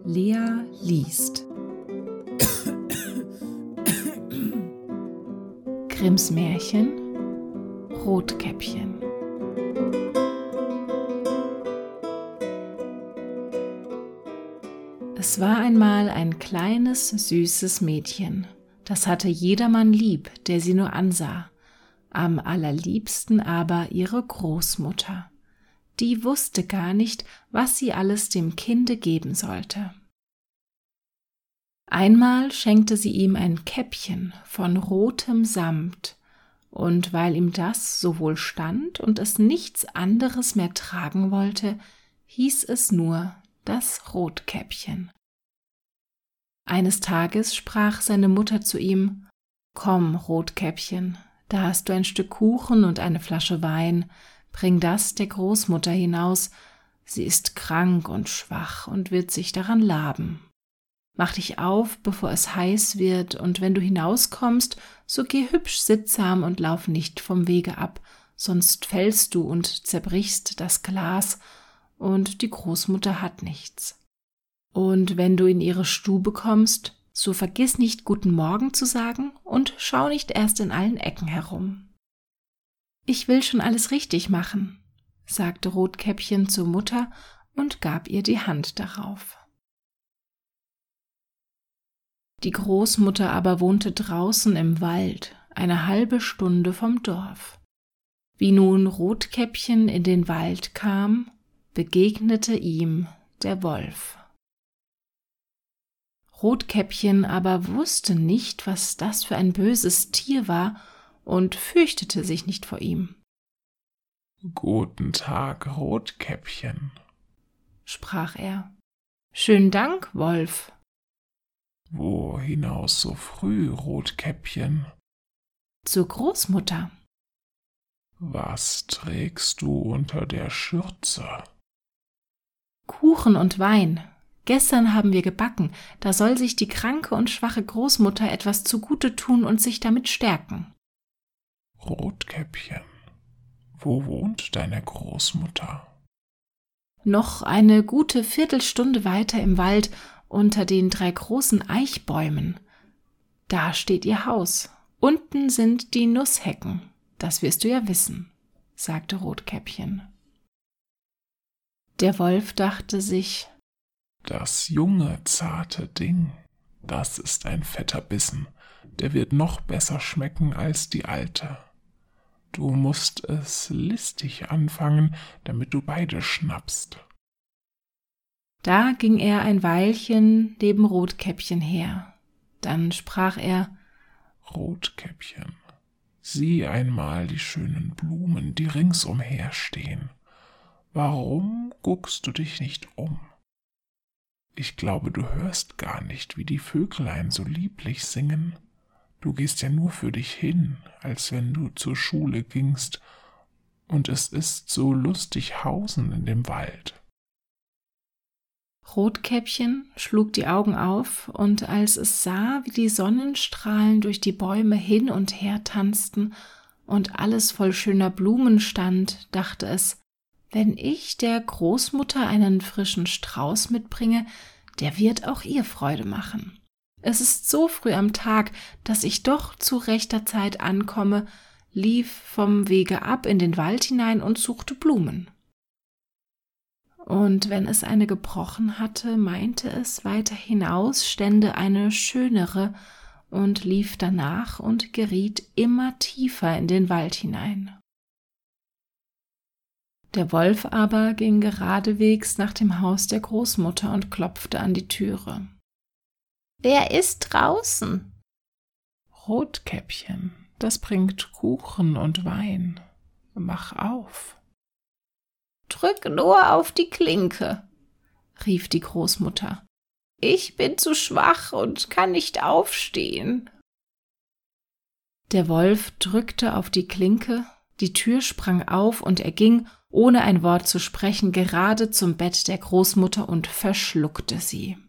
Lea liest. Grimms Märchen Rotkäppchen. Es war einmal ein kleines, süßes Mädchen. Das hatte jedermann lieb, der sie nur ansah. Am allerliebsten aber ihre Großmutter. Die wusste gar nicht, was sie alles dem Kinde geben sollte. Einmal schenkte sie ihm ein Käppchen von rotem Samt, und weil ihm das so wohl stand und es nichts anderes mehr tragen wollte, hieß es nur das Rotkäppchen. Eines Tages sprach seine Mutter zu ihm: »Komm, Rotkäppchen, da hast du ein Stück Kuchen und eine Flasche Wein, bring das der Großmutter hinaus, sie ist krank und schwach und wird sich daran laben. Mach dich auf, bevor es heiß wird, und wenn du hinauskommst, so geh hübsch sittsam und lauf nicht vom Wege ab, sonst fällst du und zerbrichst das Glas, und die Großmutter hat nichts. Und wenn du in ihre Stube kommst, so vergiss nicht, guten Morgen zu sagen und schau nicht erst in allen Ecken herum.« »Ich will schon alles richtig machen«, sagte Rotkäppchen zur Mutter und gab ihr die Hand darauf. Die Großmutter aber wohnte draußen im Wald, eine halbe Stunde vom Dorf. Wie nun Rotkäppchen in den Wald kam, begegnete ihm der Wolf. Rotkäppchen aber wusste nicht, was das für ein böses Tier war, und fürchtete sich nicht vor ihm. »Guten Tag, Rotkäppchen«, sprach er. »Schönen Dank, Wolf.« »Wo hinaus so früh, Rotkäppchen?« »Zur Großmutter.« »Was trägst du unter der Schürze?« »Kuchen und Wein. Gestern haben wir gebacken, da soll sich die kranke und schwache Großmutter etwas zugute tun und sich damit stärken.« »Rotkäppchen, wo wohnt deine Großmutter?« »Noch eine gute Viertelstunde weiter im Wald, unter den 3 großen Eichbäumen. Da steht ihr Haus. Unten sind die Nusshecken. Das wirst du ja wissen«, sagte Rotkäppchen. Der Wolf dachte sich: »Das junge, zarte Ding, das ist ein fetter Bissen, der wird noch besser schmecken als die alte. Du musst es listig anfangen, damit du beide schnappst.« Da ging er ein Weilchen neben Rotkäppchen her. Dann sprach er: »Rotkäppchen, sieh einmal die schönen Blumen, die ringsumher stehen. Warum guckst du dich nicht um? Ich glaube, du hörst gar nicht, wie die Vöglein so lieblich singen. Du gehst ja nur für dich hin, als wenn du zur Schule gingst, und es ist so lustig hausen in dem Wald.« Rotkäppchen schlug die Augen auf, und als es sah, wie die Sonnenstrahlen durch die Bäume hin und her tanzten und alles voll schöner Blumen stand, dachte es: Wenn ich der Großmutter einen frischen Strauß mitbringe, der wird auch ihr Freude machen. Es ist so früh am Tag, dass ich doch zu rechter Zeit ankomme, lief vom Wege ab in den Wald hinein und suchte Blumen. Und wenn es eine gebrochen hatte, meinte es, weiter hinaus stände eine schönere, und lief danach und geriet immer tiefer in den Wald hinein. Der Wolf aber ging geradewegs nach dem Haus der Großmutter und klopfte an die Türe. »Wer ist draußen?« »Rotkäppchen, das bringt Kuchen und Wein. Mach auf.« »Drück nur auf die Klinke«, rief die Großmutter. »Ich bin zu schwach und kann nicht aufstehen.« Der Wolf drückte auf die Klinke, die Tür sprang auf und er ging, ohne ein Wort zu sprechen, gerade zum Bett der Großmutter und verschluckte sie.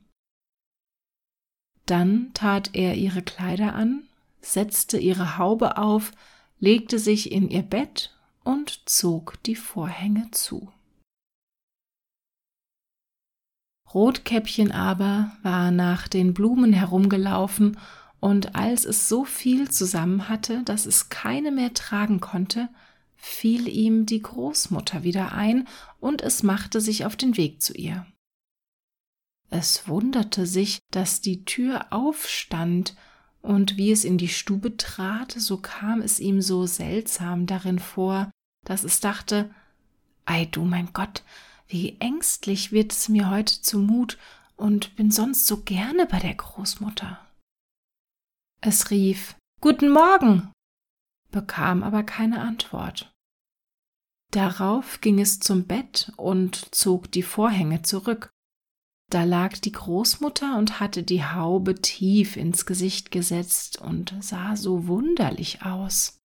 Dann tat er ihre Kleider an, setzte ihre Haube auf, legte sich in ihr Bett und zog die Vorhänge zu. Rotkäppchen aber war nach den Blumen herumgelaufen, und als es so viel zusammen hatte, dass es keine mehr tragen konnte, fiel ihm die Großmutter wieder ein, und es machte sich auf den Weg zu ihr. Es wunderte sich, dass die Tür aufstand, und wie es in die Stube trat, so kam es ihm so seltsam darin vor, dass es dachte: »Ei du, mein Gott, wie ängstlich wird es mir heute zumut und bin sonst so gerne bei der Großmutter.« Es rief: »Guten Morgen«, bekam aber keine Antwort. Darauf ging es zum Bett und zog die Vorhänge zurück. Da lag die Großmutter und hatte die Haube tief ins Gesicht gesetzt und sah so wunderlich aus.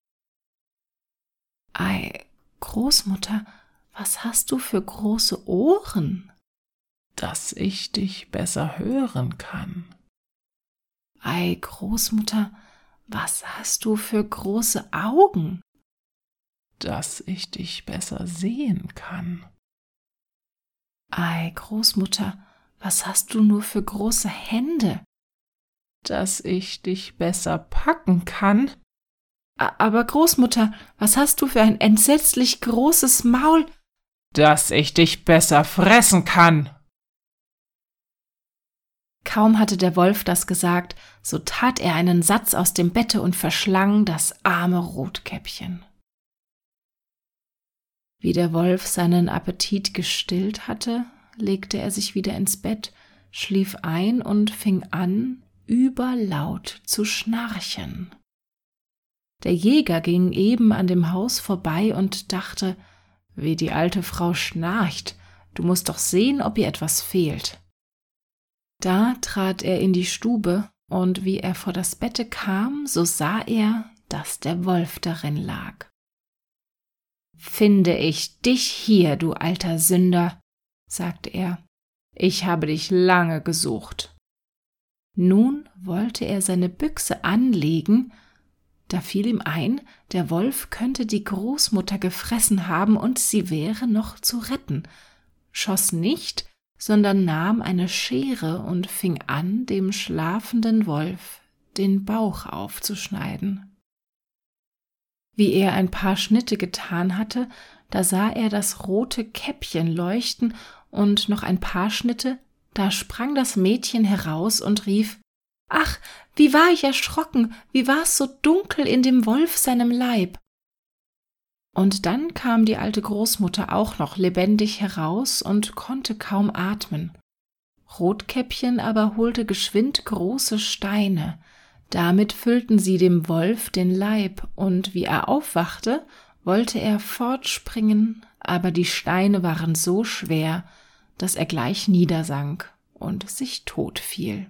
»Ei, Großmutter, was hast du für große Ohren?« »Dass ich dich besser hören kann.« »Ei, Großmutter, was hast du für große Augen?« »Dass ich dich besser sehen kann.« »Ei, Großmutter, was hast du nur für große Hände?« »Dass ich dich besser packen kann.« »Aber Großmutter, was hast du für ein entsetzlich großes Maul?« »Dass ich dich besser fressen kann.« Kaum hatte der Wolf das gesagt, so tat er einen Satz aus dem Bette und verschlang das arme Rotkäppchen. Wie der Wolf seinen Appetit gestillt hatte, legte er sich wieder ins Bett, schlief ein und fing an, überlaut zu schnarchen. Der Jäger ging eben an dem Haus vorbei und dachte: »Wie die alte Frau schnarcht, du musst doch sehen, ob ihr etwas fehlt.« Da trat er in die Stube, und wie er vor das Bette kam, so sah er, dass der Wolf darin lag. »Finde ich dich hier, du alter Sünder«, sagte er, »ich habe dich lange gesucht.« Nun wollte er seine Büchse anlegen, da fiel ihm ein, der Wolf könnte die Großmutter gefressen haben und sie wäre noch zu retten, schoss nicht, sondern nahm eine Schere und fing an, dem schlafenden Wolf den Bauch aufzuschneiden. Wie er ein paar Schnitte getan hatte, da sah er das rote Käppchen leuchten, und noch ein paar Schnitte, da sprang das Mädchen heraus und rief: »Ach, wie war ich erschrocken, wie war es so dunkel in dem Wolf seinem Leib!« Und dann kam die alte Großmutter auch noch lebendig heraus und konnte kaum atmen. Rotkäppchen aber holte geschwind große Steine. Damit füllten sie dem Wolf den Leib, und wie er aufwachte, wollte er fortspringen, aber die Steine waren so schwer, dass er gleich niedersank und sich tot fiel.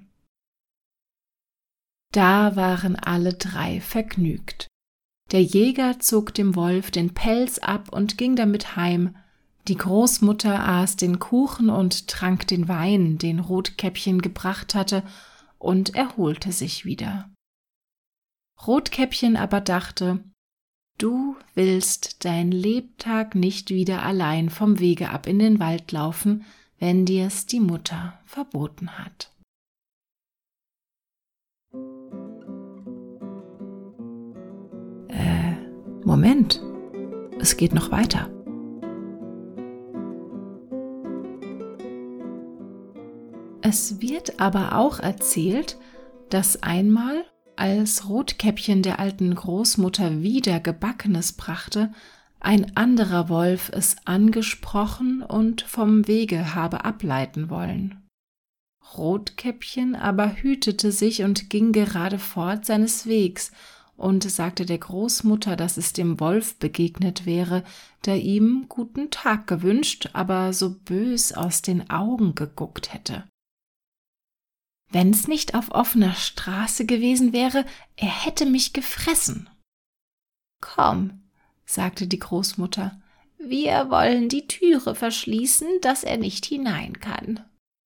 Da waren alle drei vergnügt. Der Jäger zog dem Wolf den Pelz ab und ging damit heim. Die Großmutter aß den Kuchen und trank den Wein, den Rotkäppchen gebracht hatte, und erholte sich wieder. Rotkäppchen aber dachte: »Du willst dein Lebtag nicht wieder allein vom Wege ab in den Wald laufen, wenn dir's die Mutter verboten hat.« Moment, es geht noch weiter. Es wird aber auch erzählt, dass einmal, als Rotkäppchen der alten Großmutter wieder Gebackenes brachte, ein anderer Wolf es angesprochen und vom Wege habe ableiten wollen. Rotkäppchen aber hütete sich und ging gerade fort seines Wegs und sagte der Großmutter, dass es dem Wolf begegnet wäre, der ihm guten Tag gewünscht, aber so bös aus den Augen geguckt hätte. »Wenn's nicht auf offener Straße gewesen wäre, er hätte mich gefressen.« »Komm«, sagte die Großmutter, »wir wollen die Türe verschließen, dass er nicht hinein kann.«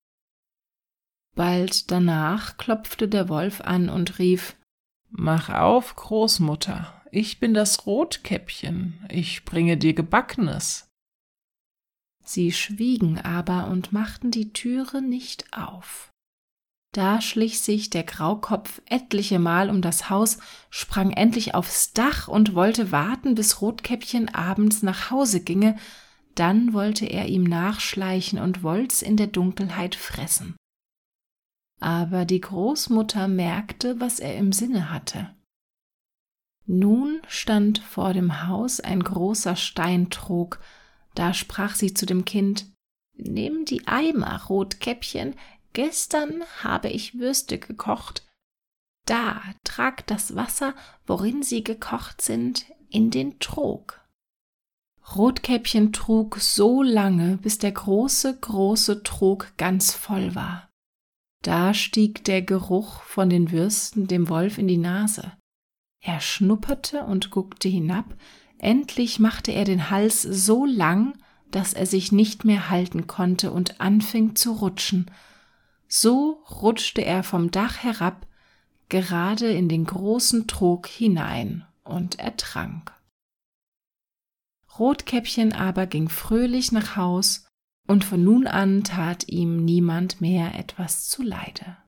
Bald danach klopfte der Wolf an und rief: »Mach auf, Großmutter, ich bin das Rotkäppchen, ich bringe dir Gebackenes.« Sie schwiegen aber und machten die Türe nicht auf. Da schlich sich der Graukopf etliche Mal um das Haus, sprang endlich aufs Dach und wollte warten, bis Rotkäppchen abends nach Hause ginge, dann wollte er ihm nachschleichen und wollt's in der Dunkelheit fressen. Aber die Großmutter merkte, was er im Sinne hatte. Nun stand vor dem Haus ein großer Steintrog, da sprach sie zu dem Kind: »Nimm die Eimer, Rotkäppchen, gestern habe ich Würste gekocht. Da, trag das Wasser, worin sie gekocht sind, in den Trog.« Rotkäppchen trug so lange, bis der große Trog ganz voll war. Da stieg der Geruch von den Würsten dem Wolf in die Nase. Er schnupperte und guckte hinab, endlich machte er den Hals so lang, dass er sich nicht mehr halten konnte und anfing zu rutschen. So rutschte er vom Dach herab, gerade in den großen Trog hinein und ertrank. Rotkäppchen aber ging fröhlich nach Haus, und von nun an tat ihm niemand mehr etwas zuleide.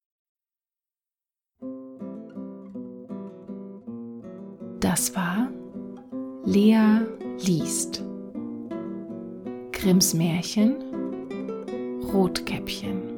Das war Lea liest. Grimms Märchen Rotkäppchen.